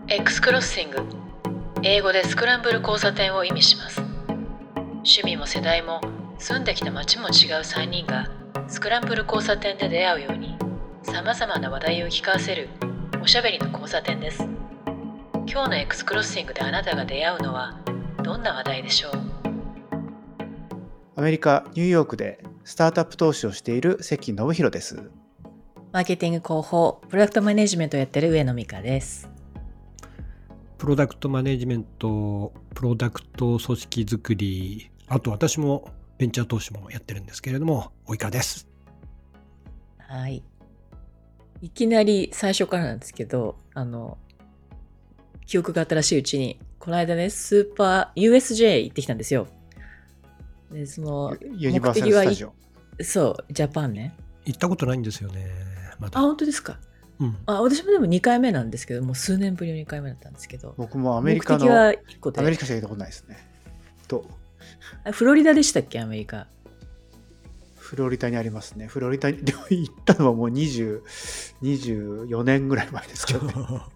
X クロッシング、英語でスクランブル交差点を意味します。趣味も世代も住んできた街も違う3人がスクランブル交差点で出会うように、さまざまな話題を聞かせるおしゃべりの交差点です。今日の X クロッシングであなたが出会うのはどんな話題でしょう？ アメリカ・ニューヨークでスタートアップ投資をしている関信弘です。 マーケティング広報、プロダクトマネジメントをやっている上野美香です。 プロダクトマネジメント、プロダクト組織づくり、あと私もベンチャー投資もやってるんですけれども、及川です。 はい。いきなり最初からなんですけど、記憶が新しいうちに、この間ね、スーパー USJ 行ってきたんですよ。で、そのユニバーサルスタジオ。 そう、ジャパンね。 行ったことないんですよね、まだ。 あ、本当ですか。私もでも2回目なんですけど、もう数年ぶりの2回目だったんですけど、 僕もアメリカの目的は1個で。 アメリカしか行ったことないですね。 フロリダでしたっけ、アメリカ。 フロリダにありますね。フロリダにでも行ったのはもう24年ぐらい前ですけどね。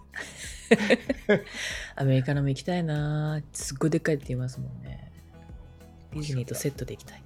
アメリカのも行きたいな。すっごいでっかいって言いますもんね。ディズニーとセットで行きたい。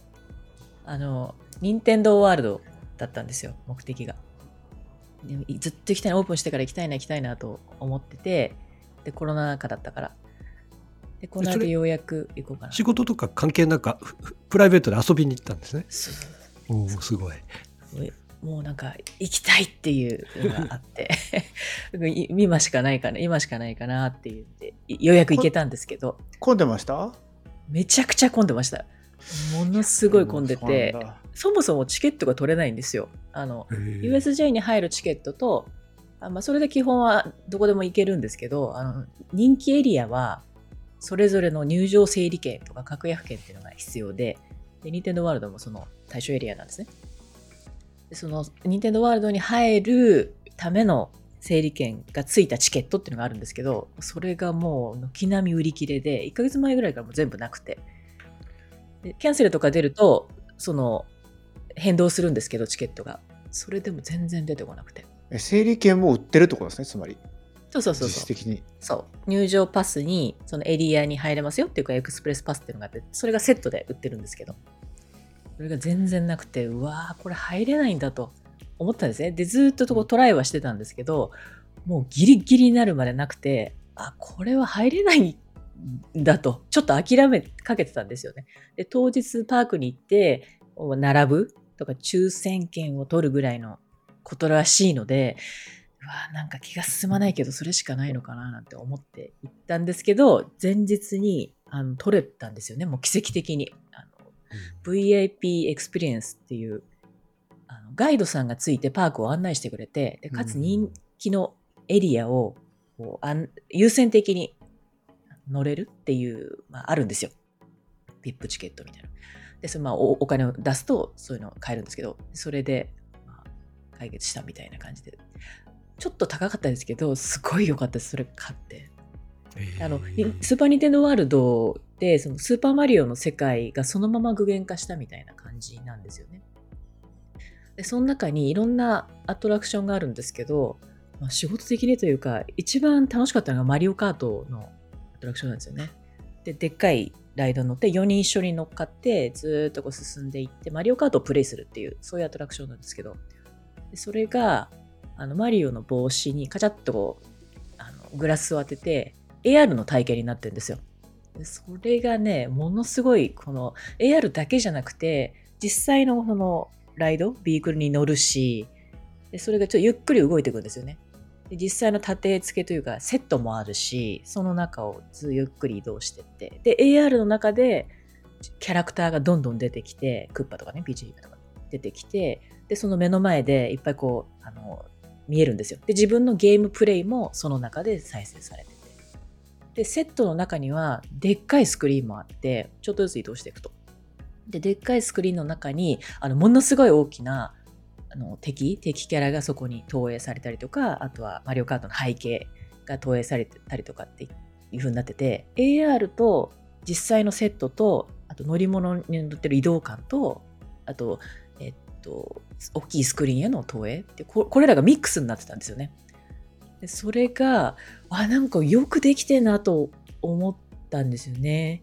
任天堂ワールドだったんですよ、目的が。でもずっと行きたいな、オープンしてから行きたいなと思ってて、でコロナ禍だったから、でこの間ようやく行こうかな。 仕事とか関係なくプライベートで遊びに行ったんですね。おー、すごい。 もうなんか行きたいっていうのがあって今しかないかなって言ってようやく行けたんですけど。 混んでました？めちゃくちゃ混んでました。ものすごい混んでて、そもそもチケットが取れないんですよ。USJ に入るチケットと、それで基本はどこでも行けるんですけど、人気エリアはそれぞれの入場整理券とか格安券っていうのが必要で、ニンテンドーワールドもその対象エリアなんですね。でそのニンテンドーワールドに入るための整理券がついたチケットっていうのがあるんですけど、それがもう軒並み売り切れで、1ヶ月前ぐらいからもう全部なくて、でキャンセルとか出るとその変動するんですけど、チケットがそれでも全然出てこなくて。 整理券も売ってるってことですね、つまり。 そう実質的に。 そう入場パスにそのエリアに入れますよっていうか、エクスプレスパスっていうのがあって、それがセットで売ってるんですけど、それが全然なくて、うわーこれ入れないんだと思ったんですね。でずっとトライはしてたんですけど、もうギリギリになるまでなくて、これは入れないんだとちょっと諦めかけてたんですよね。で当日パークに行って並ぶとか抽選券を取るぐらいのことらしいので、なんか気が進まないけどそれしかないのかななんて思って行ったんですけど、前日に取れたんですよね。もう奇跡的にVIP エクスペリエンスっていうガイドさんがついてパークを案内してくれて、でかつ人気のエリアを優先的に乗れるっていう、あるんですよ。VIP チケットみたいな。でそれお金を出すとそういうのを買えるんですけど、それで、解決したみたいな感じで、ちょっと高かったですけどすごい良かったです。それ買ってスーパーニンテンドーワールドでそのスーパーマリオの世界がそのまま具現化したみたいな感じなんですよね。でその中にいろんなアトラクションがあるんですけど、仕事的にというか一番楽しかったのがマリオカートのアトラクションなんですよね。でっかいライドに乗って4人一緒に乗っかってずっと進んでいってマリオカートをプレイするっていう、そういうアトラクションなんですけど、でそれがマリオの帽子にカチャッとグラスを当てて AR の体験になってるんですよ。でそれがね、ものすごいこの AR だけじゃなくて実際のこのライドビークルに乗るし、でそれがちょっとゆっくり動いていくんですよね。で実際の立て付けというかセットもあるし、その中をゆっくり移動してって、で AR の中でキャラクターがどんどん出てきて、クッパとかね、ピーチとか出てきて、でその目の前でいっぱい見えるんですよ。で自分のゲームプレイもその中で再生されてて、でセットの中にはでっかいスクリーンもあって、ちょっとずつ移動していくと、でっかいスクリーンの中にものすごい大きな敵キャラがそこに投影されたりとか、あとはマリオカートの背景が投影されてたりとかっていう風になってて、 AR と実際のセットと、あと乗り物に乗ってる移動感と、あと大きいスクリーンへの投影って、これらがミックスになってたんですよね。 でそれがなんかよくできてんなと思ったんですよね。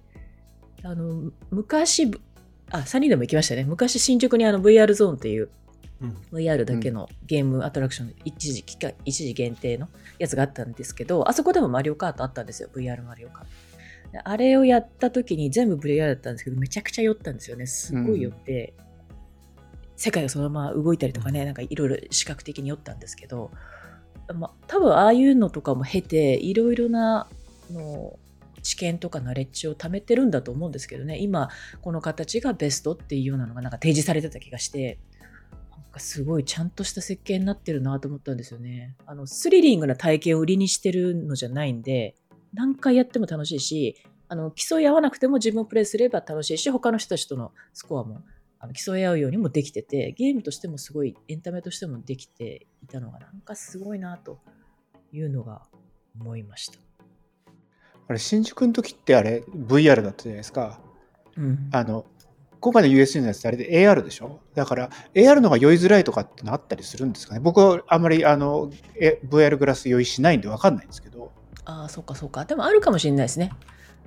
昔3人でも行きましたね。昔新宿にVR ゾーンっていうVR だけのゲームアトラクション、一時限定のやつがあったんですけど、あそこでもマリオカートあったんですよ。 VR マリオカートであれをやった時に全部 VR だったんですけど、めちゃくちゃ酔ったんですよね。すごい酔って、世界がそのまま動いたりとかね、なんかいろいろ視覚的に酔ったんですけど、多分ああいうのとかも経ていろいろな知見とかナレッジを貯めてるんだと思うんですけどね。今この形がベストっていうようなのがなんか提示されてた気がして、なんかすごいちゃんとした設計になってるなと思ったんですよね。スリリングな体験を売りにしてるのじゃないんで、何回やっても楽しいし、競い合わなくても自分をプレイすれば楽しいし、他の人たちとのスコアも競い合うようにもできてて、ゲームとしてもすごいエンタメとしてもできていたのがなんかすごいなというのが思いました。 あれ新宿の時ってあれ VR だったじゃないですか。 うん、 今回の USJ のやつあれで AR でしょ。だから AR の方が酔いづらいとかってのあったりするんですかね。僕はあんまりVR グラス酔いしないんで分かんないんですけど。 そうかそうか。でもあるかもしれないですね。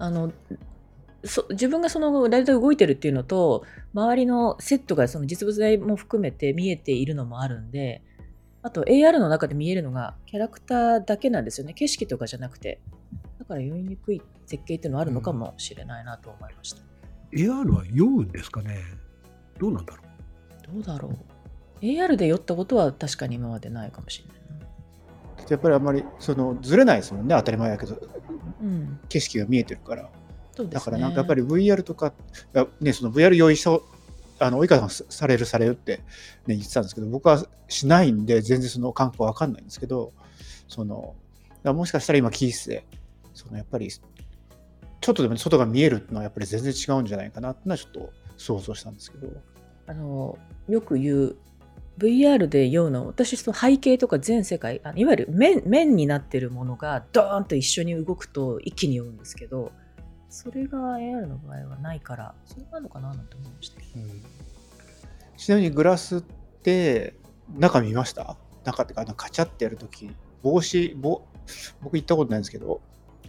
自分がそのライトで動いてるっていうのと、周りのセットがその実物大も含めて見えているのもあるんで、あと AR の中で見えるのがキャラクターだけなんですよね。景色とかじゃなくて。だから酔いにくい設計っていうのはあるのかもしれないなと思いました。 AR は酔うんですかね。どうなんだろう。 どうだろう。AR で酔ったことは確かに今までないかもしれないな。 やっぱりあんまりずれないですもんね。当たり前だけど、景色が見えてるから。 そうですね、 だからなんかやっぱり VR とか、ね、その VR 用意した及川さんされるって、ね、言ってたんですけど、僕はしないんで全然その感覚わかんないんですけど、もしかしたら今キースでやっぱりちょっとでも外が見えるのはやっぱり全然違うんじゃないかなってのはちょっと想像したんですけど、 よく言う VR で酔うの、私その背景とか全世界いわゆる面になってるものがドーンと一緒に動くと一気に酔うんですけど、それが AR の場合はないから、それなのかななんて思いましたけど、 ちなみにグラスって中見ました？中ってかカチャってやるとき僕行ったことないんですけど、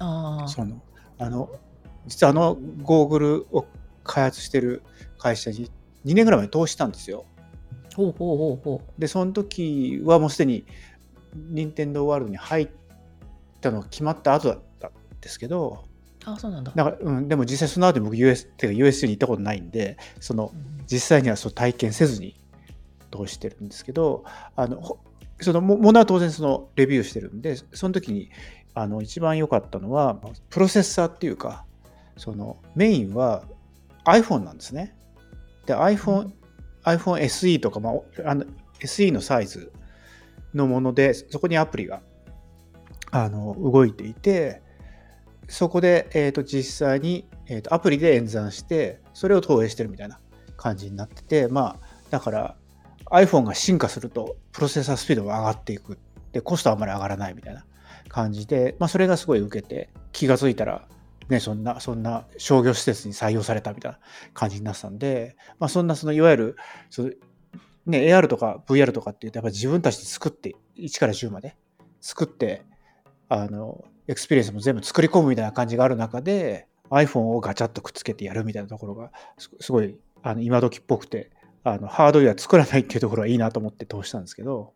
実はゴーグルを開発してる会社に2年ぐらい前に投資したんですよ。でその時はもうすでに任天堂ワールドに入ったのが決まった後だったんですけど、 そうなんだ。 だから、でも実際その後に僕 USJ に行ったことないんで、実際には体験せずに投資してるんですけど、ものは当然レビューしてるんで、その時に一番良かったのはプロセッサーっていうか、メインは iPhone なんですね。で iPhone SE とか、SE のサイズのもので、そこにアプリが動いていて、そこで、実際に、アプリで演算してそれを投影してるみたいな感じになってて、だから iPhone が進化するとプロセッサースピードが上がっていく、でコストはあんまり上がらないみたいな感じで、それがすごい受けて、気がついたらね、そんな商業施設に採用されたみたいな感じになってたんで、そんないわゆるAR とか VR とかっていうと、やっぱり自分たちで作って、1から10まで作ってエクスペリエンスも全部作り込むみたいな感じがある中で iPhone をガチャッとくっつけてやるみたいなところがすごい今時っぽくて、ハードウェア作らないっていうところはいいなと思って通したんですけど、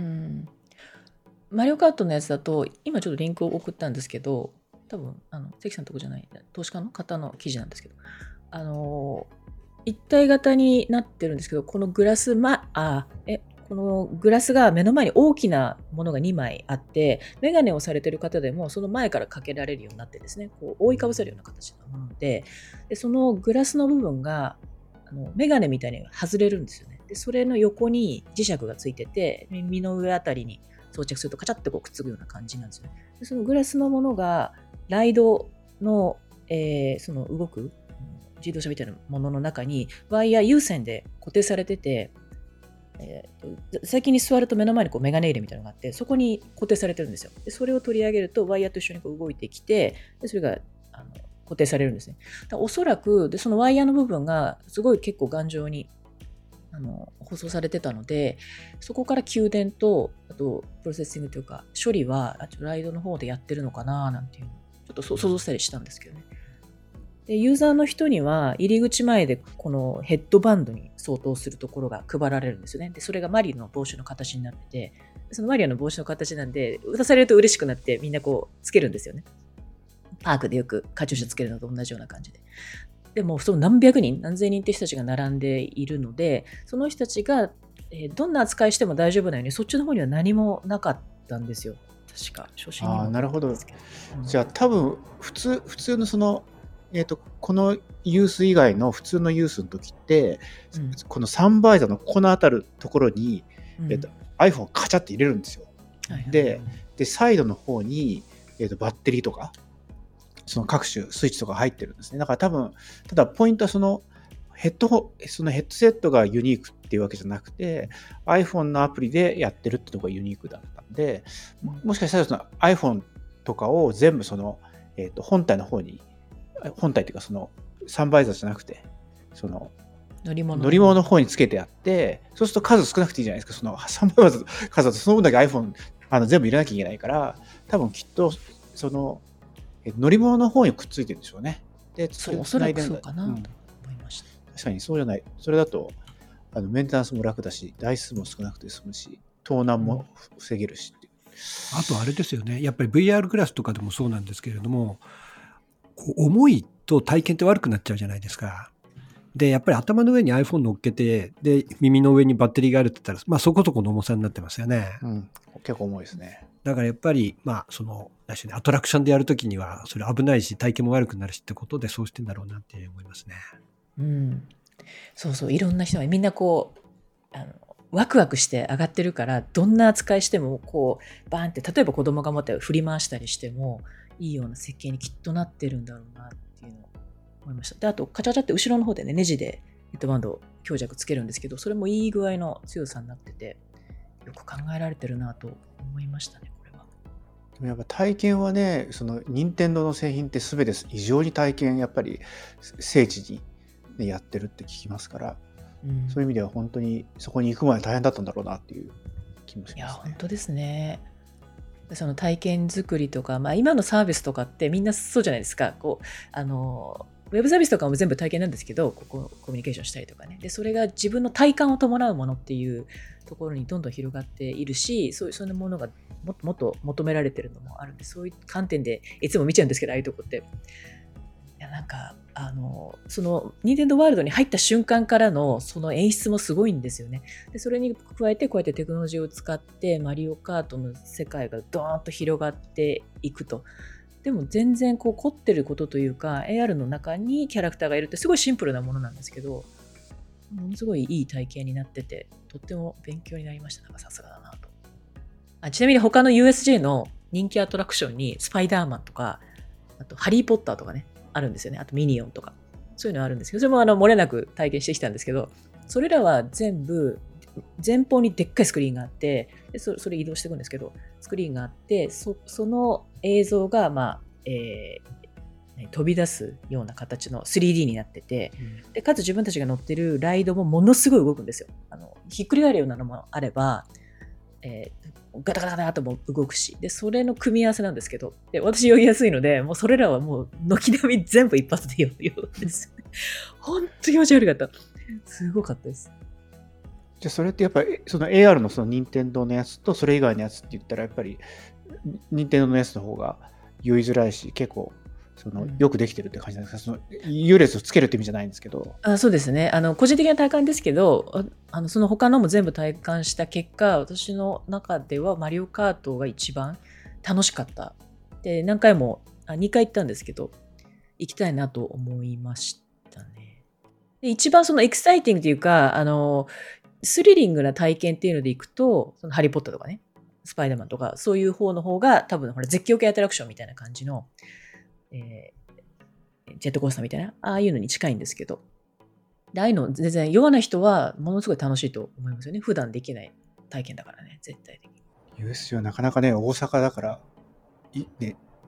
マリオカートのやつだと今ちょっとリンクを送ったんですけど、多分関さんのとこじゃない投資家の方の記事なんですけど、一体型になってるんですけど、このグラスこのグラスが目の前に大きなものが2枚あって、メガネをされている方でもその前からかけられるようになってですね、こう覆いかぶせるような形のもので、そのグラスの部分がメガネみたいに外れるんですよね。でそれの横に磁石がついてて、耳の上あたりに装着するとカチャッとくっつくような感じなんですよね。でそのグラスのものがライドの、その動く自動車みたいなものの中にワイヤー有線で固定されてて、先に座ると目の前にメガネ入れみたいなのがあって、そこに固定されてるんですよ。でそれを取り上げるとワイヤーと一緒に動いてきて、でそれが固定されるんですね。おそらくでそのワイヤーの部分がすごい結構頑丈に放送されてたので、そこから給電と、あとプロセッシングというか処理はライドの方でやってるのかななんていうのをちょっと想像したりしたんですけどね。でユーザーの人には入り口前でこのヘッドバンドに相当するところが配られるんですよね。でそれがマリオの帽子の形になってて、そのマリオの帽子の形なんで渡されると嬉しくなってみんなこうつけるんですよね。パークでよくカチューシャつけるのと同じような感じで。でもその何百人何千人って人たちが並んでいるので、その人たちがどんな扱いしても大丈夫なようにそっちの方には何もなかったんですよ。確か初心にもなるほど。 ですけど、 じゃあ多分普通のその、このユース以外の普通のユースの時って、このサンバイザーのこの当たるところに、iPhone をカチャって入れるんですよ。でサイドの方に、バッテリーとかその各種スイッチとか入ってるんですね。だから多分ただポイントはそのヘッドセットがユニークっていうわけじゃなくて iPhone のアプリでやってるってとこがユニークだったんで、もしかしたらその iPhone とかを全部その、本体の方に本体っていうかそのサンバイザーじゃなくてその乗り物の方につけてあって、そうすると数少なくていいじゃないですか。そのサンバイザーの数だとその分だけ iPhone 全部入れなきゃいけないから、多分きっとその乗り物の方にくっついてるんでしょうね。で、 おそらくそうかなと思いました。 確かにそうじゃない。それだとメンテナンスも楽だし、台数も少なくて済むし、盗難も防げるしっていう。 あとあれですよね。やっぱり VR クラスとかでもそうなんですけれども、重いと体験って悪くなっちゃうじゃないですか。で、やっぱり頭の上に iPhone 乗っけて、で、耳の上にバッテリーがあるって言ったら、そこそこの重さになってますよね。 結構重いですね。 だからやっぱり、その、アトラクションでやるときには、それ危ないし、体験も悪くなるしってことで、そうしてんだろうなって思いますね。 そうそう、いろんな人がみんなこう、ワクワクして上がってるから、どんな扱いしても、こう、バーンって、例えば子供が持って振り回したりしても、いいような設計にきっとなってるんだろうなっていうのを思いました。で、あと、カチャカチャって後ろの方でね、ネジでヘッドバンド強弱つけるんですけど、それもいい具合の強さになってて、よく考えられてるなと思いましたね、これは。 でもやっぱ体験はね、その任天堂の製品って全て異常に体験やっぱり精緻に、ね、やってるって聞きますから、そういう意味では本当にそこに行くまで大変だったんだろうなっていう気もしますね。 いや本当ですね。その体験作りとか、今のサービスとかってみんなそうじゃないですか。こうウェブサービスとかも全部体験なんですけど、コミュニケーションしたりとかね。でそれが自分の体感を伴うものっていうところにどんどん広がっているし、そういうものがもっと求められてるのもあるんで、そういう観点でいつも見ちゃうんですけど、ああいうとこって。いやなんかそのニンテンドーワールドに入った瞬間からのその演出もすごいんですよね。でそれに加えてこうやってテクノロジーを使ってマリオカートの世界がドーンと広がっていくと。でも全然こう凝ってることというか AR の中にキャラクターがいるってすごいシンプルなものなんですけど、ものすごいいい体験になっててとっても勉強になりました。なんかさすがだなと。ちなみに他の USJ の人気アトラクションにスパイダーマンとかあとハリーポッターとかねあるんですよね。あとミニオンとかそういうのあるんですけど、それも漏れなく体験してきたんですけど、それらは全部前方にでっかいスクリーンがあってで それ移動していくんですけど、スクリーンがあってその映像が、飛び出すような形の 3D になってて、でかつ自分たちが乗ってるライドもものすごい動くんですよ。ひっくり返るようなのもあれば、ガタガタガタとも動くし、でそれの組み合わせなんですけど、で私酔いやすいのでもうそれらはもう軒並み全部一発で酔うんです本当気持ち悪かった。すごかったです。 じゃあそれってやっぱりその AR のその任天堂のやつとそれ以外のやつって言ったらやっぱり任天堂のやつの方が酔いづらいし結構よくできてるって感じなんですか。その優劣をつけるって意味じゃないんですけど。 そうですね。個人的な体感ですけど、その他のも全部体感した結果、私の中ではマリオカートが一番楽しかった。で、何回も2回行ったんですけど、行きたいなと思いましたね。で一番そのエキサイティングというか、スリリングな体験っていうので行くと、そのハリーポッターとかね、スパイダーマンとか、そういう方の方が多分絶叫系アトラクションみたいな感じの、ジェットコースターみたいな、ああいうのに近いんですけど、でああいうの全然酔わない人はものすごい楽しいと思いますよね。普段できない体験だからね、絶対的に。 USJ はなかなかね、大阪だからね、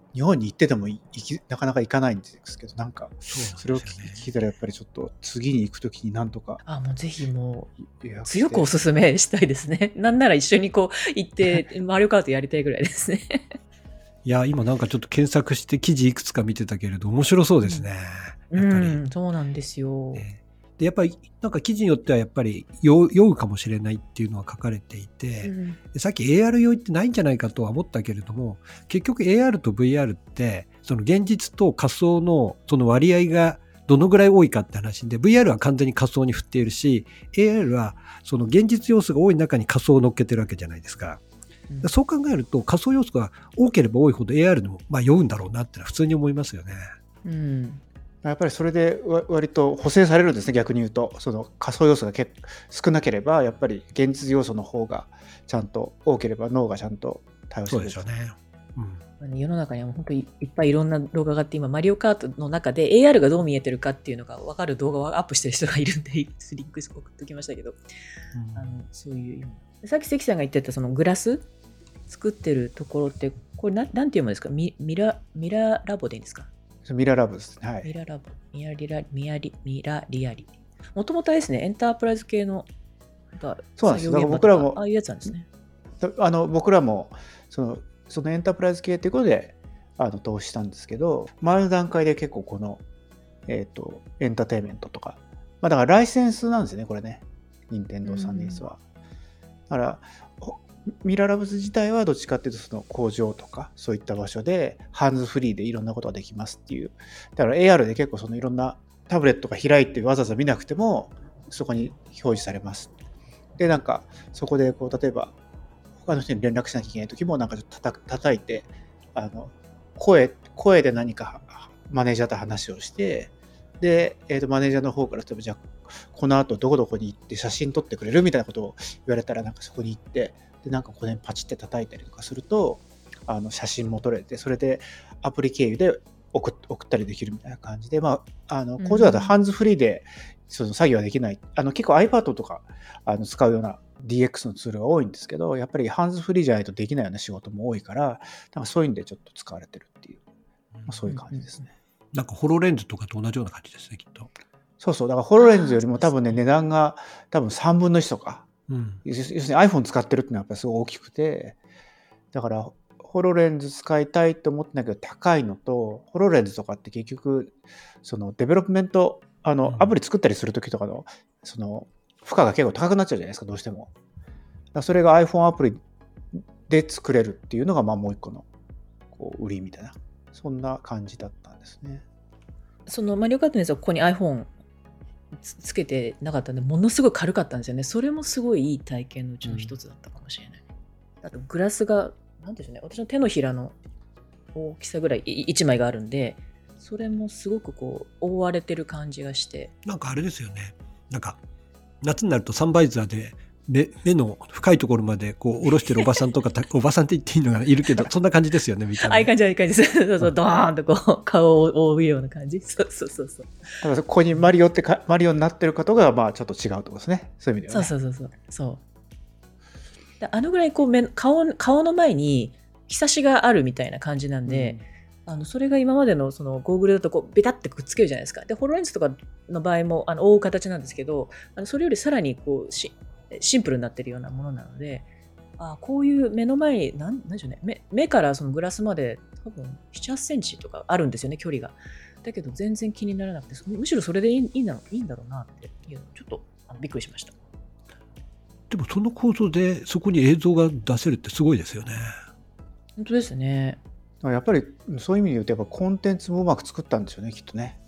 日本に行っててもなかなか行かないんですけど、なんかそれをそうなんですよね。 聞いたらやっぱりちょっと次に行くときになんとかもうぜひもう予約して強くおすすめしたいですね。なんなら一緒にこう行ってマリオカートやりたいぐらいですね。 いや、今なんかちょっと検索して記事いくつか見てたけれど、面白そうですね。やっぱり。 そうなんですよ。 でやっぱりなんか記事によってはやっぱり酔うかもしれないっていうのは書かれていて、でさっき AR 酔いってないんじゃないかとは思ったけれども、結局 AR と VR ってその現実と仮想のその割合がどのぐらい多いかって話で、 VR は完全に仮想に振っているし、 AR はその現実要素が多い中に仮想を乗っけてるわけじゃないですか。そう考えると仮想要素が多ければ多いほど AR にも酔うんだろうなってのは普通に思いますよね。 やっぱりそれで割と補正されるんですね。逆に言うとその仮想要素が少なければやっぱり現実要素の方がちゃんと多ければ脳がちゃんと対応してくれる。 そうでしょうね。 世の中には本当にいっぱいいろんな動画があって、今マリオカートの中で AR がどう見えてるかっていうのが分かる動画をアップしてる人がいるんでリンク送っておきましたけど、そういうさっき関さんが言ってたそのグラス作ってるところってこれなんて読むんですか？ミララボでいいんですか？ ミララボですね。はい。 ミララボ、ミラリアリ。もともとですね、エンタープライズ系のそうなんです。だから僕らもああいうやつなんですね。 僕らもそのエンタープライズ系っていうことで投資したんですけど、前の段階で結構このエンターテインメントとか、だからライセンスなんですよね、これね、任天堂さんのやつは。だからミララブズ自体はどっちかっていうとその工場とかそういった場所でハンズフリーでいろんなことができますっていう。だから AR で結構そのいろんなタブレットが開いてわざわざ見なくてもそこに表示されます。でなんかそこでこう例えば他の人に連絡しなきゃいけない時もなんかちょっと叩いて声で何かマネージャーと話をして、で、マネージャーの方から例えばじゃあこの後どこどこに行って写真撮ってくれるみたいなことを言われたらなんかそこに行ってでなんかここでパチって叩いたりとかすると写真も撮れて、それでアプリ経由で送ったりできるみたいな感じで、工場だとハンズフリーでその作業はできない、結構 iPad とか使うような DX のツールが多いんですけど、やっぱりハンズフリーじゃないとできないような仕事も多いから、なんかそういうんでちょっと使われてるっていう、そういう感じですね。 なんかホロレンズとかと同じような感じですね、きっと。 そうだからホロレンズよりも多分ね値段が多分3分の1とか、要するに iPhone 使ってるっていうのはやっぱりすごい大きくて、だからホロレンズ使いたいと思ってないけど高いのと、ホロレンズとかって結局そのデベロップメントアプリ作ったりするときとかのその負荷が結構高くなっちゃうじゃないですか、どうしても。だからそれが iPhone アプリで作れるっていうのがもう一個のこう売りみたいな、そんな感じだったんですね。 そのマリオカートのやつはここに iPhone つけてなかったんで、ものすごい軽かったんですよね。それもすごいいい体験のうちの一つだったかもしれない。あとグラスがなんでしょうね、私の手のひらの大きさぐらい1枚があるんで、それもすごくこう覆われてる感じがして、 なんかあれですよね、なんか夏になるとサンバイザーで目の深いところまでこう下ろしてるおばさんとかおばさんって言っていいのがいるけど、そんな感じですよね、みたいな。 ああいう感じです。そうドーンとこう顔を覆うような感じ。そう。 だからここにマリオになってることがちょっと違うところですね。そういう意味では、ね。 そう。でぐらいこう顔の前にひさしがあるみたいな感じなんで、それが今までのそのゴーグルだとこうベタってくっつけるじゃないですか。でホロレンズとかの場合も覆う形なんですけど、それよりさらにこうシンプルになってるようなものなので、こういう目の前になんでしょうね、目からそのグラスまで多分7、8センチとかあるんですよね、距離が。だけど全然気にならなくて、むしろそれでいいんだろうなっていうのちょっとびっくりしました。 でもその構造でそこに映像が出せるってすごいですよね。 本当ですね。 やっぱりそういう意味で言うとやっぱコンテンツもうまく作ったんですよね、きっとね。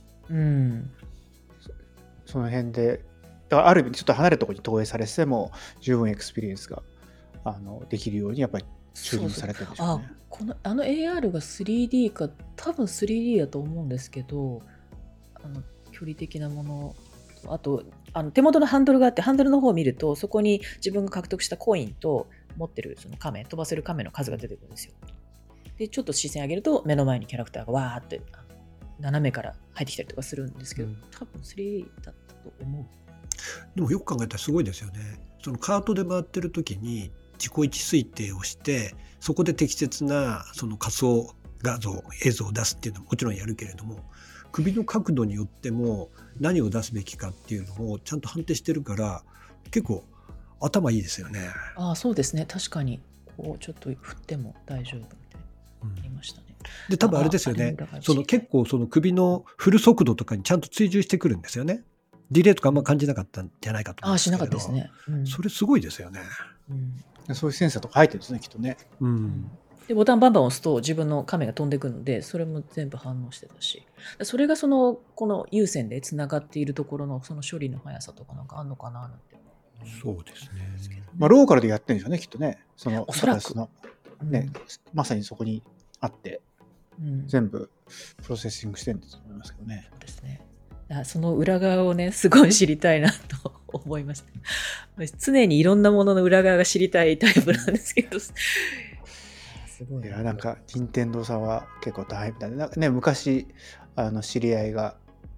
その辺でだからある意味ちょっと離れたところに投影されても十分エクスペリエンスができるようにやっぱりチューニングされてるんでしょうね。 AR が 3D か多分 3D だと思うんですけど、距離的なもの、あと手元のハンドルがあって、ハンドルの方を見るとそこに自分が獲得したコインと持ってるその飛ばせる亀の数が出てくるんですよ。でちょっと視線上げると目の前にキャラクターがわーって斜めから入ってきたりとかするんですけど、多分 3D だったと思う。 でもよく考えたらすごいですよね。そのカートで回ってる時に自己位置推定をして、そこで適切なその仮想映像を出すっていうのはもちろんやるけれども、首の角度によっても何を出すべきかっていうのをちゃんと判定してるから、結構頭いいですよね。 そうですね。確かにこうちょっと振っても大丈夫みたいなありましたね。 で多分あれですよね、 だから結構その首の振る速度とかにちゃんと追従してくるんですよね。ディレイとかあんま感じなかったんじゃないかと思うんですしけれど。 なかったですね。 それすごいですよね。 そういうセンサーとか入ってるんですね、きっとね。 でボタンバンバン押すと自分のカメが飛んでくるので、それも全部反応してたし、それがこの有線でつながっているところのその処理の速さとかなんかあんのかななんて。 そうですね。 ローカルでやってるんでしょうね、きっとね。 おそらくだからね、まさにそこにあって、全部プロセッシングしてるんだと思いますけどね。 そうですね。その裏側をね、すごい知りたいなと思いました。常にいろんなものの裏側が知りたいタイプなんですけど、すごい。 いや、なんか任天堂さんは結構大変みたいな。なんかね、昔知り合いが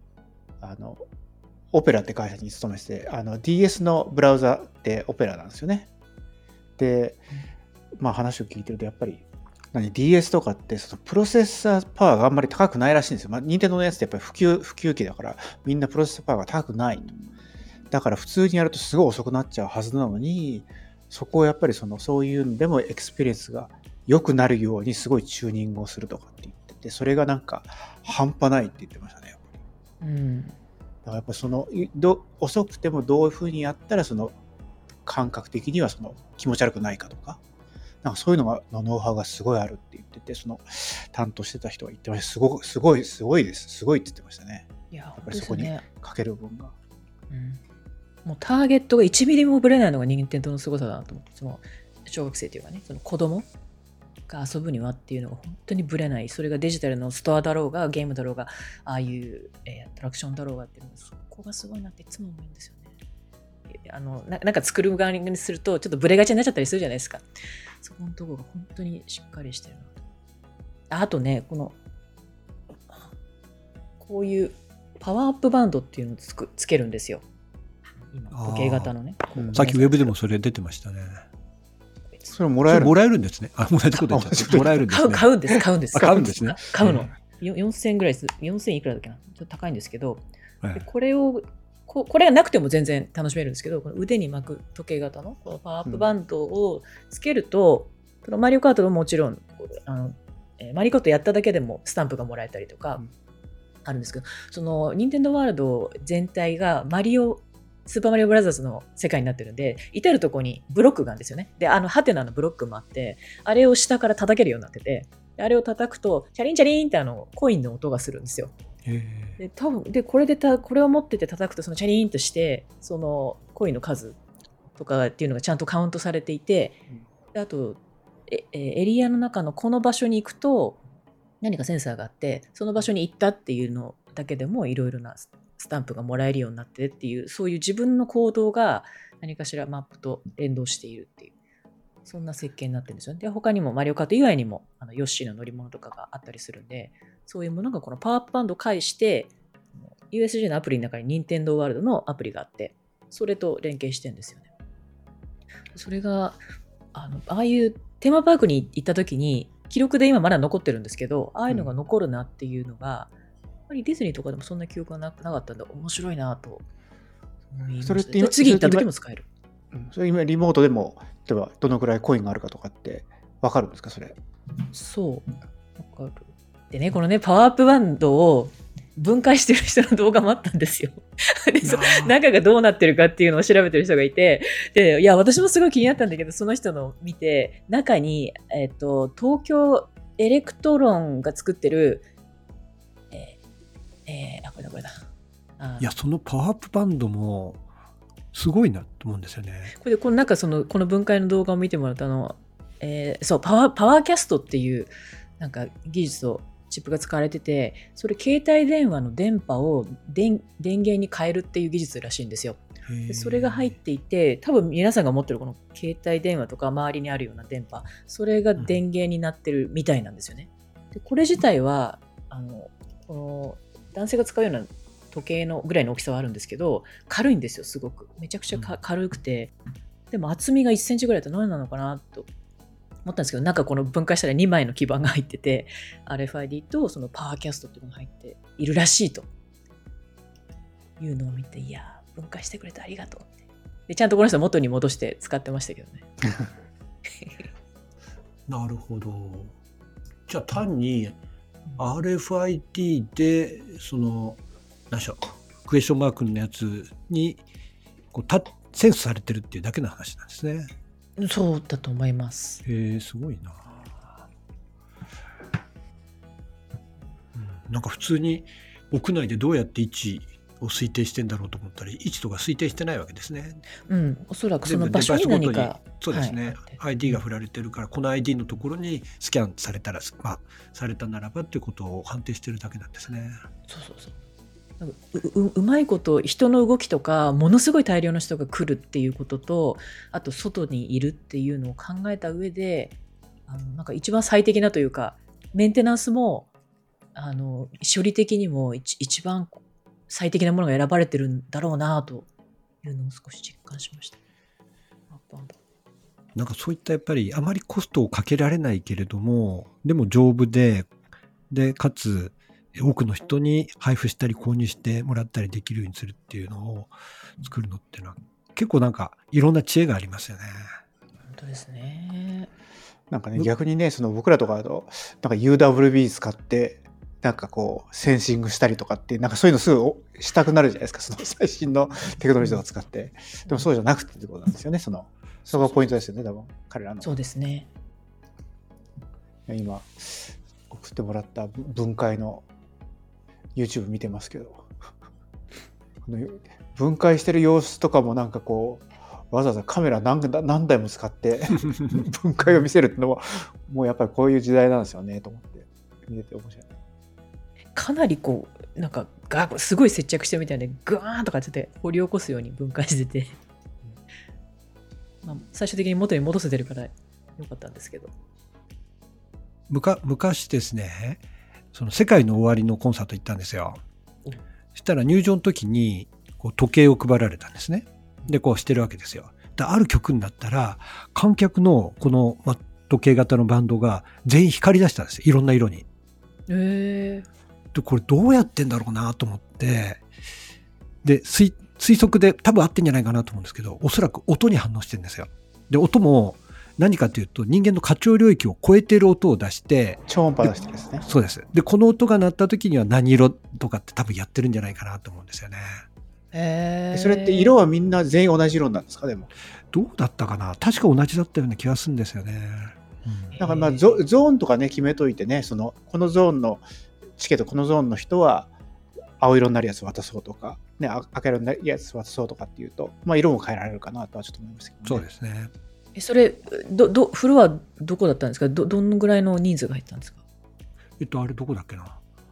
オペラって会社に勤めてて、DS のブラウザってオペラなんですよね。で、話を聞いてるとやっぱりDS とかってそのプロセッサーパワーがあんまり高くないらしいんですよ。任天堂のやつってやっぱり普及機だからみんなプロセッサーパワーが高くないと。だから普通にやるとすごい遅くなっちゃうはずなのに、そこをやっぱりそういうのでもエクスペリエンスが良くなるようにすごいチューニングをするとかって言ってて、それがなんか半端ないって言ってましたね。やっぱり。だからやっぱ遅くてもどういうふうにやったら感覚的には気持ち悪くないかとか、なんかそういうのノウハウがすごいあるって言ってて、担当してた人が言ってました。すごいです。すごいって言ってましたね。やっぱりそこにかける分が。 もうターゲットが1ミリもぶれないのが任天堂のすごさだなと思って、小学生というかね、子供が遊ぶにはっていうのが本当にぶれない。それがデジタルのストアだろうがゲームだろうが、ああいう、アトラクションだろうがっていうのが、そこがすごいなっていつも思うんですよね。なんか作る側にするとちょっとブレがちになっちゃったりするじゃないですか。そこのところが本当にしっかりしてるなと。あとね、こういうパワーアップバンドっていうのをつけるんですよ。今時計型のね。 さっきウェブでもそれ出てましたね。 それもらえるんですね。もらえること言っちゃった。もらえるんですね。 買うんです。買うんですね。買うの。4000円ぐらいです。4000いくらだっけな。ちょっと高いんですけど、これがなくても全然楽しめるんですけど、この腕に巻く時計型のこのパワーアップバンドをつけると、このマリオカートももちろんマリオカートやっただけでもスタンプがもらえたりとかあるんですけど、任天堂ワールド全体がスーパーマリオブラザーズの世界になってるんで、至るところにブロックがあるんですよね。で、ハテナのブロックもあって、あれを下から叩けるようになってて、あれを叩くとチャリンチャリンってコインの音がするんですよ。で多分これを持ってて叩くと、そのチャリーンとしてそのコインの数とかっていうのがちゃんとカウントされていて、であとエリアの中のこの場所に行くと何かセンサーがあって、その場所に行ったっていうのだけでもいろいろなスタンプがもらえるようになってっていう、そういう自分の行動が何かしらマップと連動しているっていう、そんな設計になってるんですよね。で他にもマリオカート以外にもヨッシーの乗り物とかがあったりするんで、そういうものがこのパワーアップバンドを介して、USJ のアプリの中に任天堂ワールドのアプリがあって、それと連携してるんですよね。それがああいうテーマパークに行った時に記録で今まだ残ってるんですけど、ああいうのが残るなっていうのが、やっぱりディズニーとかでもそんな記憶がなかったんで面白いなと思いました。それって次行った時も使える。 それ今リモートでも例えばどのくらいコインがあるかとかって分かるんですか、それ。 そう分かる。でね、このねパワーアップバンドを分解してる人の動画もあったんですよ。で中がどうなってるかっていうのを調べてる人がいて、でいや私もすごい気になったんだけど、その人の見て中に、東京エレクトロンが作ってるこれだ。 いやそのパワーアップバンドもすごいなと思うんですよね。 この中この分解の動画を見てもらったそうパワーキャストっていうなんか技術とチップが使われてて、それ携帯電話の電波を電源に変えるっていう技術らしいんですよ。でそれが入っていて、多分皆さんが持ってるこの携帯電話とか周りにあるような電波、それが電源になってるみたいなんですよね。でこれ自体はこの男性が使うような時計のぐらいの大きさはあるんですけど、軽いんですよ。すごくめちゃくちゃ軽くて、でも厚みが1センチぐらいだと何なのかなと思ったんですけど、なんかこの分解したら2枚の基板が入ってて、RFID とそのパワーキャストっていうのが入っているらしいというのを見て、いやー、分解してくれてありがとうって。で、ちゃんとこの人は元に戻して使ってましたけどね。 なるほど。じゃあ単に RFID でその何でしょう、クエスチョンマークのやつにこうセンスされてるっていうだけの話なんですね。 そうだと思います。 すごいな。なんか普通に屋内でどうやって位置を推定してんだろうと思ったら、位置とか推定してないわけですね。 おそらくその場所に何か、 そうですね、ID が振られてるから、この ID のところにスキャンされたら、されたならばっていうことを判定してるだけなんですね。 うまいこと人の動きとかものすごい大量の人が来るっていうことと、あと外にいるっていうのを考えた上で、なんか一番最適なというか、メンテナンスも処理的にも一番最適なものが選ばれてるんだろうなというのを少し実感しました。 なんかそういったやっぱりあまりコストをかけられないけれども、でも丈夫でかつ多くの人に配布したり購入してもらったりできるようにするっていうのを作るのっていうのは結構なんかいろんな知恵がありますよね。 本当ですね。 なんかね、逆にね、その僕らとかだとなんか UWB 使ってなんかこうセンシングしたりとかって、なんかそういうのすぐしたくなるじゃないですか、その最新のテクノロジーを使って。でもそうじゃなくてってことなんですよね。そこがポイントですよね、多分彼らの。 そうですね。 今送ってもらった分解の YouTube 見てますけど分解してる様子とかもなんかこうわざわざカメラ何台も使って分解を見せるってのももうやっぱりこういう時代なんですよねと思って見てて面白い。 かなりこうなんかすごい接着してみたいでグワーンとかちょっと掘り起こすように分解してて最終的に元に戻せてるからよかったんですけど、 昔ですね、その世界の終わりのコンサート行ったんですよ。そしたら入場の時にこう時計を配られたんですね。でこうしてるわけですよ。である曲になったら観客のこの、時計型のバンドが全員光り出したんですよ、いろんな色に。でこれどうやってんだろうなと思って、で推測で多分合ってんじゃないかなと思うんですけど、おそらく音に反応してるんですよ。で音も何かというと人間の過聴領域を超えている音を出して超音波出してですね。 そうです。でこの音が鳴った時には何色とかって多分やってるんじゃないかなと思うんですよね。 それって色はみんな全員同じ色なんですか？でもどうだったかな、確か同じだったような気がするんですよね。 なんかゾーンとかね決めといてね、このゾーンのチケット、このゾーンの人は青色になるやつ渡そうとか、ね、赤色になるやつ渡そうとかっていうと、色も変えられるかなとはちょっと思いますけどね。 そうですね。 それフロアどこだったんですか？どのぐらいの人数が入ったんですか？ あれどこだっけな、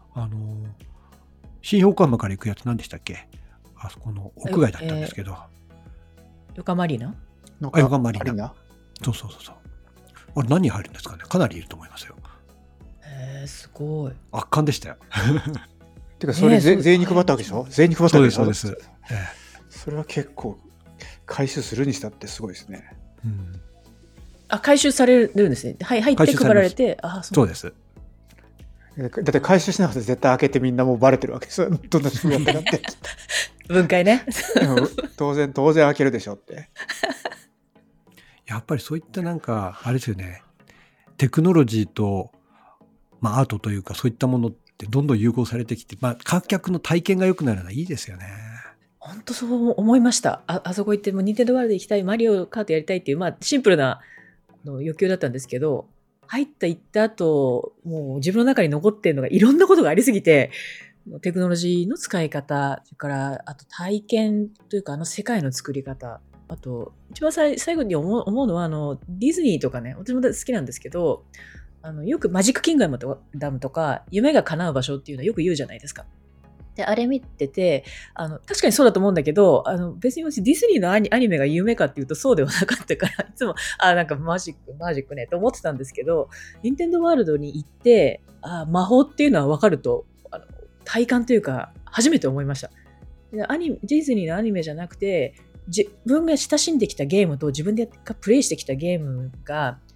新横浜から行くやつ何でしたっけ？あそこの屋外だったんですけど、 横浜アリーナ？ 横浜アリーナ。そう。あれ何人入るんですかね？かなりいると思いますよ。 すごい。 圧巻でしたよ。 てかそれ全員に配ったわけでしょ？全員に配ったわけでしょ？ そうです。 それは結構回収するにしたってすごいですね。 回収されるんですね。入って配られて。 そうです。 だって回収しなくて絶対開けてみんなもうバレてるわけですよ。どんな仕組みやってなって分解ね。 当然開けるでしょって。 やっぱりそういったなんかあれですよね、テクノロジーと、アートというかそういったものってどんどん融合されてきて、観客の体験が良くなるのはいいですよね。 本当そう思いました。あそこ行ってもニンテンドーワールド行きたい、マリオカートやりたいっていう、シンプルな欲求だったんですけど、行った後、もう自分の中に残ってるのがいろんなことがありすぎて、テクノロジーの使い方、それからあと体験というか世界の作り方、あと一番最後に思うのはディズニーとかね、私も好きなんですけど、よくマジックキングダムとか夢が叶う場所っていうのはよく言うじゃないですか。であれ見てて確かにそうだと思うんだけど、別に私ディズニーのアニメが夢かっていうとそうではなかったから、いつもなんかマジックねと思ってたんですけど、ニンテンドーワールドに行って魔法っていうのは分かると体感というか初めて思いました。ディズニーのアニメじゃなくて自分が親しんできたゲームと自分でプレイしてきたゲームが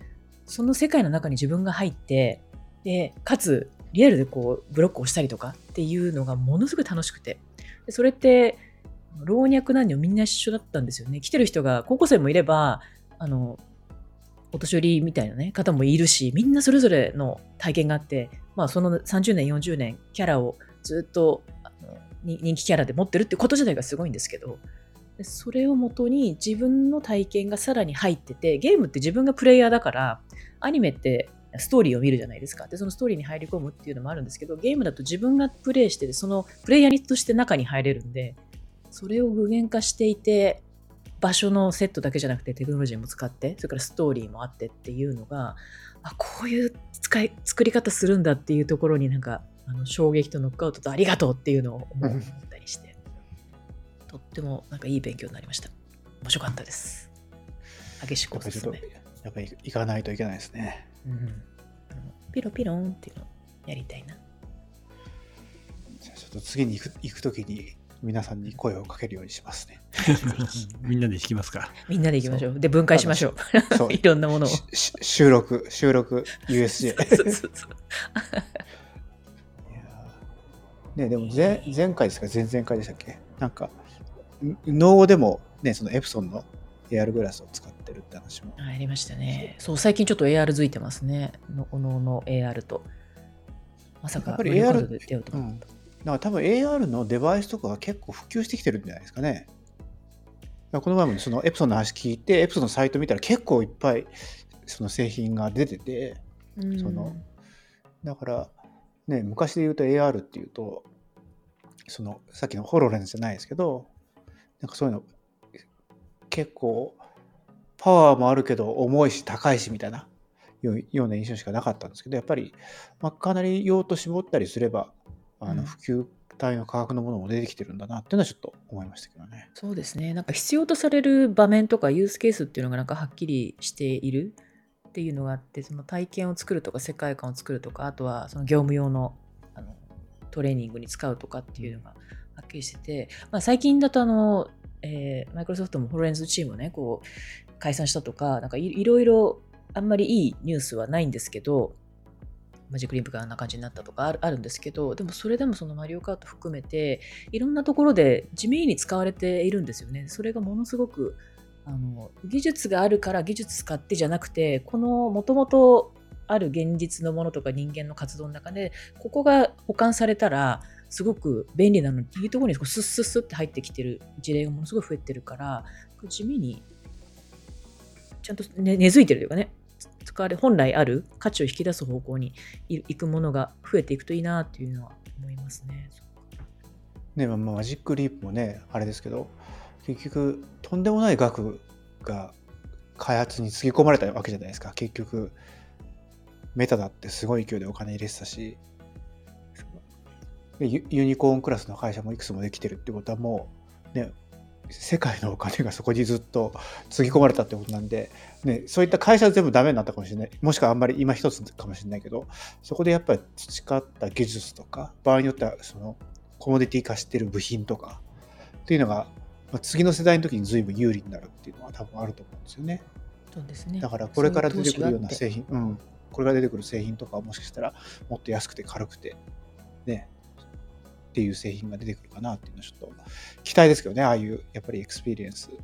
その世界の中に自分が入って、でかつリアルでこうブロックを押したりとかっていうのがものすごい楽しくて、でそれって老若男女みんな一緒だったんですよね。来てる人が高校生もいれば、お年寄りみたいな、ね、方もいるし、みんなそれぞれの体験があって、その30年40年キャラをずっと人気キャラで持ってるってこと自体がすごいんですけど、でそれをもとに自分の体験がさらに入ってて、ゲームって自分がプレイヤーだから、アニメってストーリーを見るじゃないですか。でそのストーリーに入り込むっていうのもあるんですけど、ゲームだと自分がプレイしてて、そのプレイヤーとして中に入れるんで、それを具現化していて、場所のセットだけじゃなくてテクノロジーも使って、それからストーリーもあってっていうのが、こういう作り方するんだっていうところに、なんか衝撃とノックアウトとありがとうっていうのを思ったりして、とってもなんかいい勉強になりました。面白かったです。激しくおすすめ。 やっぱり行かないといけないですね。 ピロピロンっていうのやりたいな。 じゃあちょっと次に行くときに皆さんに声をかけるようにしますね。 みんなで弾きますか。 みんなで行きましょう。で分解しましょう。いろんなものを。 収録 USJ。ね、でも前回ですか、前々回でしたっけ、なんか能でもね、そのエプソンの AR グラスを使ってるって話もありましたね。そう、最近ちょっと AR 付いてますね。おのの AR と。まさかやっぱり AR で出ようと思った。なんか多分 AR のデバイスとかが結構普及してきてるんじゃないですかね。この前もそのエプソンの話聞いて、エプソンのサイト見たら結構いっぱいその製品が出てて、だからね、昔で言うと AR っていうと、そのさっきのホロレンズじゃないですけど、なんかそういうの結構パワーもあるけど重いし高いしみたいなような印象しかなかったんですけど、やっぱり、かなり用途絞ったりすれば普及帯の価格のものも出てきてるんだなっていうのはちょっと思いましたけどね。 そうですね。なんか必要とされる場面とかユースケースっていうのがなんかはっきりしているっていうのがあって、その体験を作るとか世界観を作るとか、あとはその業務用のトレーニングに使うとかっていうのがはっきりしてて、最近だとマイクロソフトもホロレンズチームをね、こう解散したとか、なんかいろいろあんまりいいニュースはないんですけど、マジックリンプがあんな感じになったとかあるんですけど、でもそれでもそのマリオカート含めていろんなところで地味に使われているんですよね。それがものすごく技術があるから技術使ってじゃなくて、このもともとある現実のものとか人間の活動の中でここが保管されたらすごく便利なのにっていうところにスッスッスッって入ってきてる事例がものすごい増えてるから、地味にちゃんと根付いてるというかね、本来ある価値を引き出す方向に行くものが増えていくといいなっていうのは思いますね。 マジックリープもねあれですけど、結局とんでもない額が開発につぎ込まれたわけじゃないですか。結局メタだってすごい勢いでお金入れてたし、ユニコーンクラスの会社もいくつもできてるってことはもうね、世界のお金がそこにずっとつぎ込まれたってことなんで、ね、そういった会社は全部ダメになったかもしれない、もしくはあんまり今一つかもしれないけど、そこでやっぱり培った技術とか、場合によってはそのコモディティ化してる部品とかっていうのが、次の世代の時に随分有利になるっていうのは多分あると思うんですよね。 そうですね。 だからこれから出てくるような製品、これから出てくる製品とかはもしかしたらもっと安くて軽くてねっていう製品が出てくるかなっていうのはちょっと期待ですけどね。ああいうやっぱりエクスペリエンス、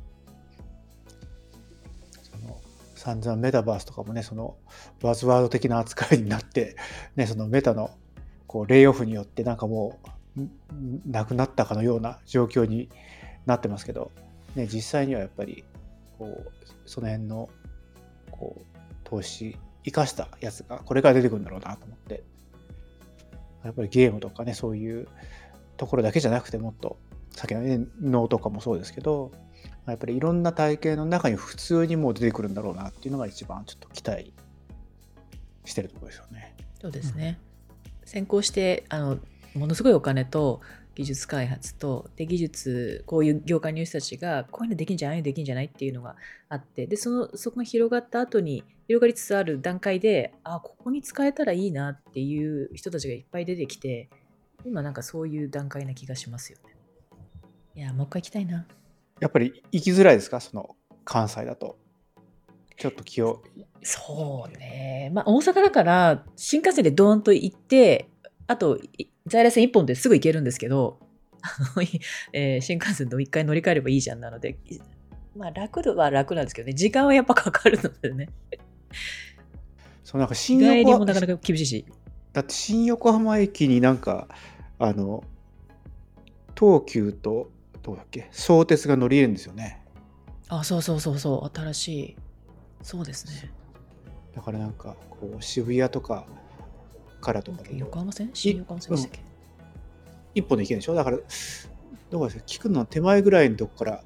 散々メタバースとかもね、そのバズワード的な扱いになってね、そのメタのこうレイオフによってなんかもうなくなったかのような状況になってますけど、ね、実際にはやっぱりこうその辺のこう投資生かしたやつがこれから出てくるんだろうなと思って、やっぱりゲームとかね、そういうところだけじゃなくて、もっとさっきのね脳とかもそうですけど、やっぱりいろんな体系の中に普通にもう出てくるんだろうなっていうのが一番ちょっと期待してるところですよね。 そうですね。先行してものすごいお金と技術開発とで技術、こういう業界の人たちがこういうのできんじゃないできんじゃないっていうのがあって、でそこが広がった後に広がりつつある段階で、ここに使えたらいいなっていう人たちがいっぱい出てきて、今なんかそういう段階な気がしますよね。いやもう一回行きたいな。 やっぱり行きづらいですか、その関西だと。 ちょっと気を。 そうね。まあ、大阪だから新幹線でドーンと行って、あと在来線1本ですぐ行けるんですけど、新幹線で1回乗り換えればいいじゃんなので、まあ楽は楽なんですけどね、時間はやっぱかかるのでね。 そうなんか日帰りもなかなか厳しいし。 だって新横浜駅になんか東急とどうだっけ相鉄が乗り入れるんですよね。 あ、そうそうそうそう、新しい。そうですね。 だからなんかこう渋谷とかからとかで横浜線新横浜線でしたっけ？ 一本で行けるでしょ。だからどこですか、聞くのは手前ぐらいのとこから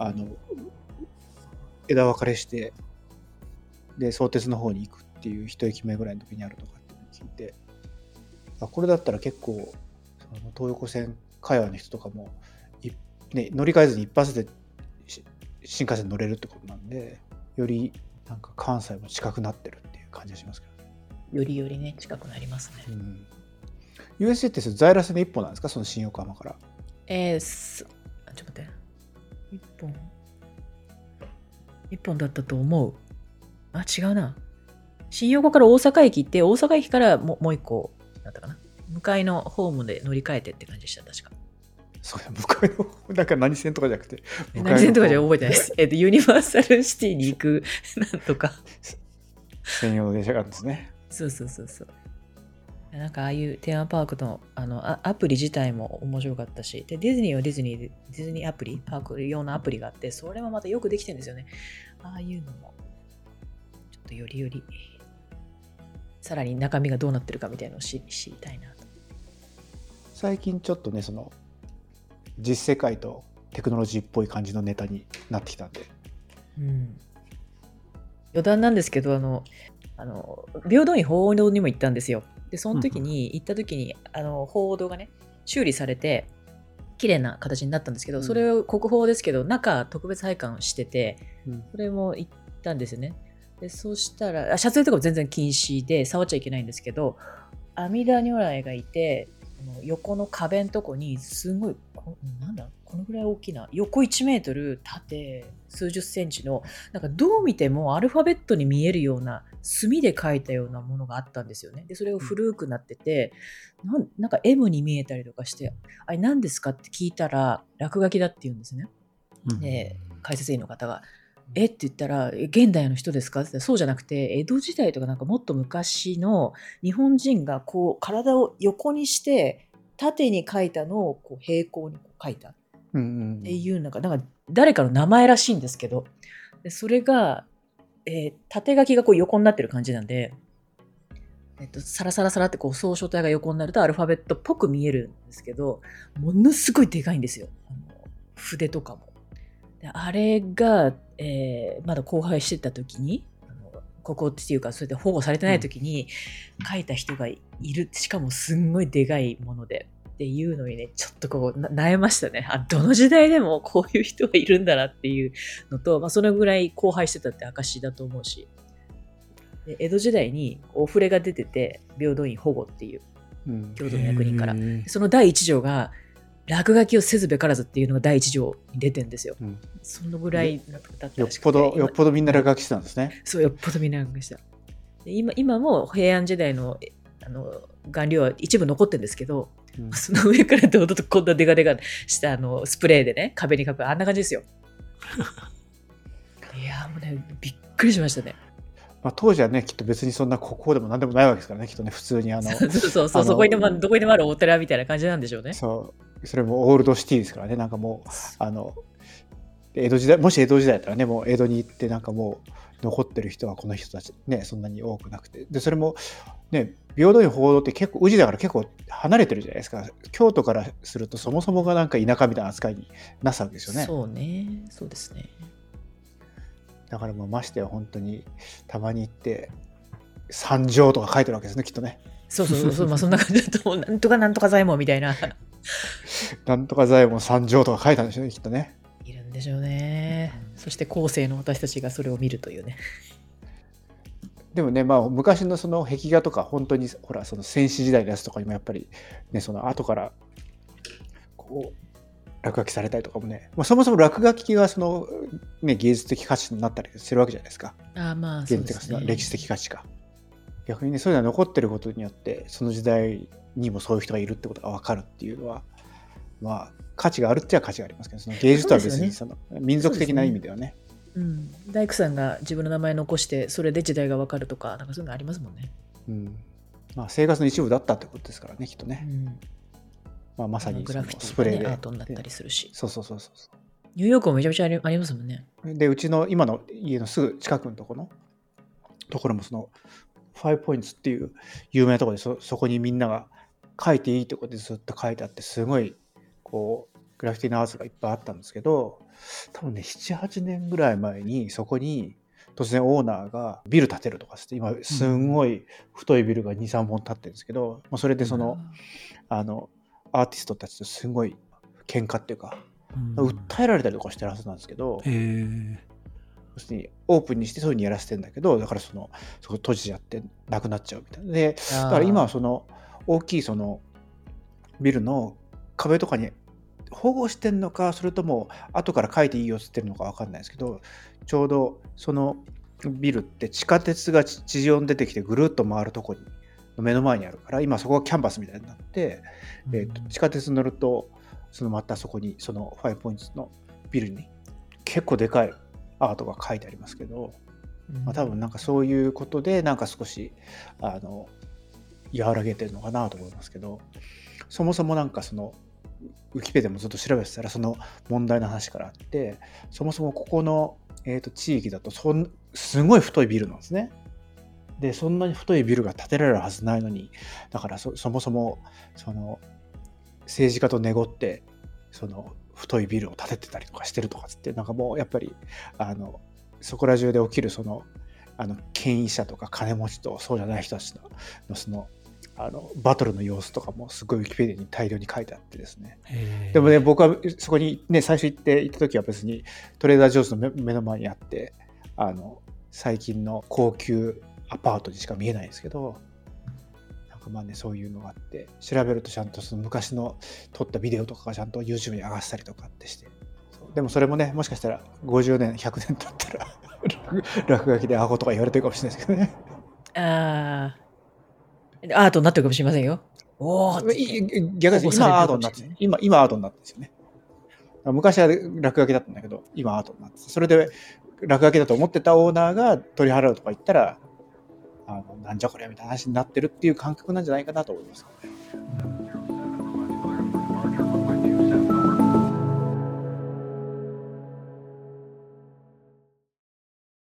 枝分かれしてで相鉄の方に行くっていう一駅目ぐらいの時にあるとかって聞いて、これだったら結構東横線会話の人とかもね、乗り換えずに一発で新幹線乗れるってことなんで、よりなんか関西も近くなってるっていう感じがしますけどね。 よりよりね、近くなりますね。 USJ って在来線で1本なんですか、その新横浜から。 ちょっと待って。1本だったと思う。あ、違うな。新横から大阪駅行って、大阪駅からもう1個だったかな。向かいのホームで乗り換えてって感じでした、確か。 そうや、向かいの、なんか何線とかじゃなくて。 何線とかじゃ覚えてないです。ユニバーサルシティに行く、なんとか。 専用の電車があるんですね。 そうそうそうそう。なんかああいうテーマパークのアプリ自体も面白かったし、でディズニーはディズニーアプリ、パーク用のアプリがあって、それもまたよくできてるんですよね。ああいうのも、ちょっとよりより、さらに中身がどうなってるかみたいなのを知りたいなと。 最近ちょっとね、その実世界とテクノロジーっぽい感じのネタになってきたんで。 余談なんですけど、平等院報道にも行ったんですよ。で、その時に、行った時に、報道がね、修理されて、綺麗な形になったんですけど、それを国宝ですけど、中特別拝観してて、それも行ったんですよね。で、そうしたら、撮影とかも全然禁止で、触っちゃいけないんですけど、阿弥陀如来がいて、横の壁のとこに、すごい、なんだこのぐらい大きな、横1メートル、縦数十センチの、なんかどう見てもアルファベットに見えるような、墨で書いたようなものがあったんですよね。で、それが古くなってて、なんか M に見えたりとかして、あれ何ですかって聞いたら、落書きだって言うんですね。で、解説員の方が、って言ったら、現代の人ですかって言ったら、そうじゃなくて、江戸時代とかなんかもっと昔の日本人がこう体を横にして縦に書いたのをこう平行に書いたっていうなんか誰かの名前らしいんですけど、でそれが、縦書きがこう横になってる感じなんで、サラサラサラってこう草書体が横になるとアルファベットっぽく見えるんですけど、ものすごいでかいんですよ。筆とかも。であれが、まだ荒廃してた時に、ここっていうか、それで保護されてない時に書いた人がいる。しかもすんごいでかいもので。っていうのにね、ちょっとこう、悩ましたね。どの時代でもこういう人がいるんだなっていうのと、そのぐらい荒廃してたって証だと思うし。で江戸時代にお触れが出てて、平等院保護っていう、郷土の役人から。その第一条が、落書きをせずべからずっていうのが第一条に出てるんですよ。そのぐらいだったらしくて、 よっぽどみんな落書きしてたんですね。 そう、よっぽどみんな落書きした。で今も平安時代の顔料は一部残ってるんですけど、その上からどうぞとこんなデカデカしたスプレーでね、壁に書く、あんな感じですよ。いやもうね、びっくりしましたね。 当時はね、きっと別にそんな国宝でも何でもないわけですからね、きっとね、普通にそうそこにどこにでもあるお寺みたいな感じなんでしょうね。 それもオールドシティですからね、なんかもう江戸時代、もし江戸時代だったらね、もう江戸に行ってなんかもう残ってる人はこの人たちね、そんなに多くなくて、でそれもね、平等院報道って結構宇治だから結構離れてるじゃないですか。京都からするとそもそもがなんか田舎みたいな扱いになすわけですよね。 そうね、そうですね。 だからもうましては本当にたまに行って三条とか書いてるわけですね、きっとね。 そうそんな感じだと、なんとかなんとか左衛門みたいな。 なんとか左衛門三条とか書いたんでしょうね、きっとね。 いるんでしょうね。そして後世の私たちがそれを見るというね。 でもね、昔のその壁画とか本当にほらその戦死時代のやつとかにもやっぱりね、その後からこう落書きされたりとかもね、そもそも落書きがその、ね、芸術的価値になったりするわけじゃないですか。 まあ芸術的そうですね。 歴史的価値か。逆にね、そういうのが残ってることによって、その時代にもそういう人がいるってことが分かるっていうのは、価値があるっちゃ価値がありますけど、その芸術とは別にその民族的な意味ではね。 大工さんが自分の名前残して、それで時代が分かるとか、なんかそういうのありますもんね。 生活の一部だったってことですからね、きっとね。まさにグラフィテスプレーで、 ィがね、アートになったりするし。 そう。 ニューヨークもめちゃめちゃありますもんね。 で、うちの今の家のすぐ近くのところもその5 points っていう有名なところでそこにみんなが書いていいってことでずっと書いてあって、すごいこうグラフィティのアートがいっぱいあったんですけど、多分ね 7,8 年ぐらい前にそこに突然オーナーがビル建てるとかして、今すんごい太いビルが 2,3 本建ってるんですけど、それでそのアーティストたちとすごい喧嘩っていうか、訴えられたりとかしてるはずなんですけど、要するにオープンにしてそういう風にやらせてんだけど、だからそこ閉じちゃってなくなっちゃうみたいな。で、だから今はその大きいそのビルの壁とかに保護してんのか、それとも後から書いていいよって言ってるのか分かんないですけど、ちょうどそのビルって地下鉄が地上に出てきてぐるっと回るとこに目の前にあるから、今そこがキャンバスみたいになって、地下鉄に乗るとまたそこにその5 points のビルに結構でかいアートが書いてありますけど、多分なんかそういうことでなんか少し和らげてるのかなと思いますけど、そもそもなんかそのウィキペディアもずっと調べてたらその問題の話からあって、そもそもここの、地域だとすごい太いビルなんですね。でそんなに太いビルが建てられるはずないのに、だからそもそもその政治家と濁ってその太いビルを建ててたりとかしてるとかつって、なんかもうやっぱりそこら中で起きるその権威者とか金持ちとそうじゃない人たちのそのバトルの様子とかもすごいウィキペディアに大量に書いてあってですね。でもね、僕はそこにね最初行った時は別にトレーダー・ジョーズの目の前にあって最近の高級アパートにしか見えないんですけど、そういうのがあって調べるとちゃんとその昔の撮ったビデオとかがちゃんと YouTube に上がったりとかってして、でもそれもねもしかしたら50年100年経ったら落書きでアホとか言われてるかもしれないですけどね。 アートになってるかもしれませんよ。 逆に今アートになって、今アートになってるんですよね。昔は落書きだったんだけど今アートになって、それで落書きだと思ってたオーナーが取り払うとか言ったらなんじゃこれみたいな話になってるっていう感覚なんじゃないかなと思います、ね。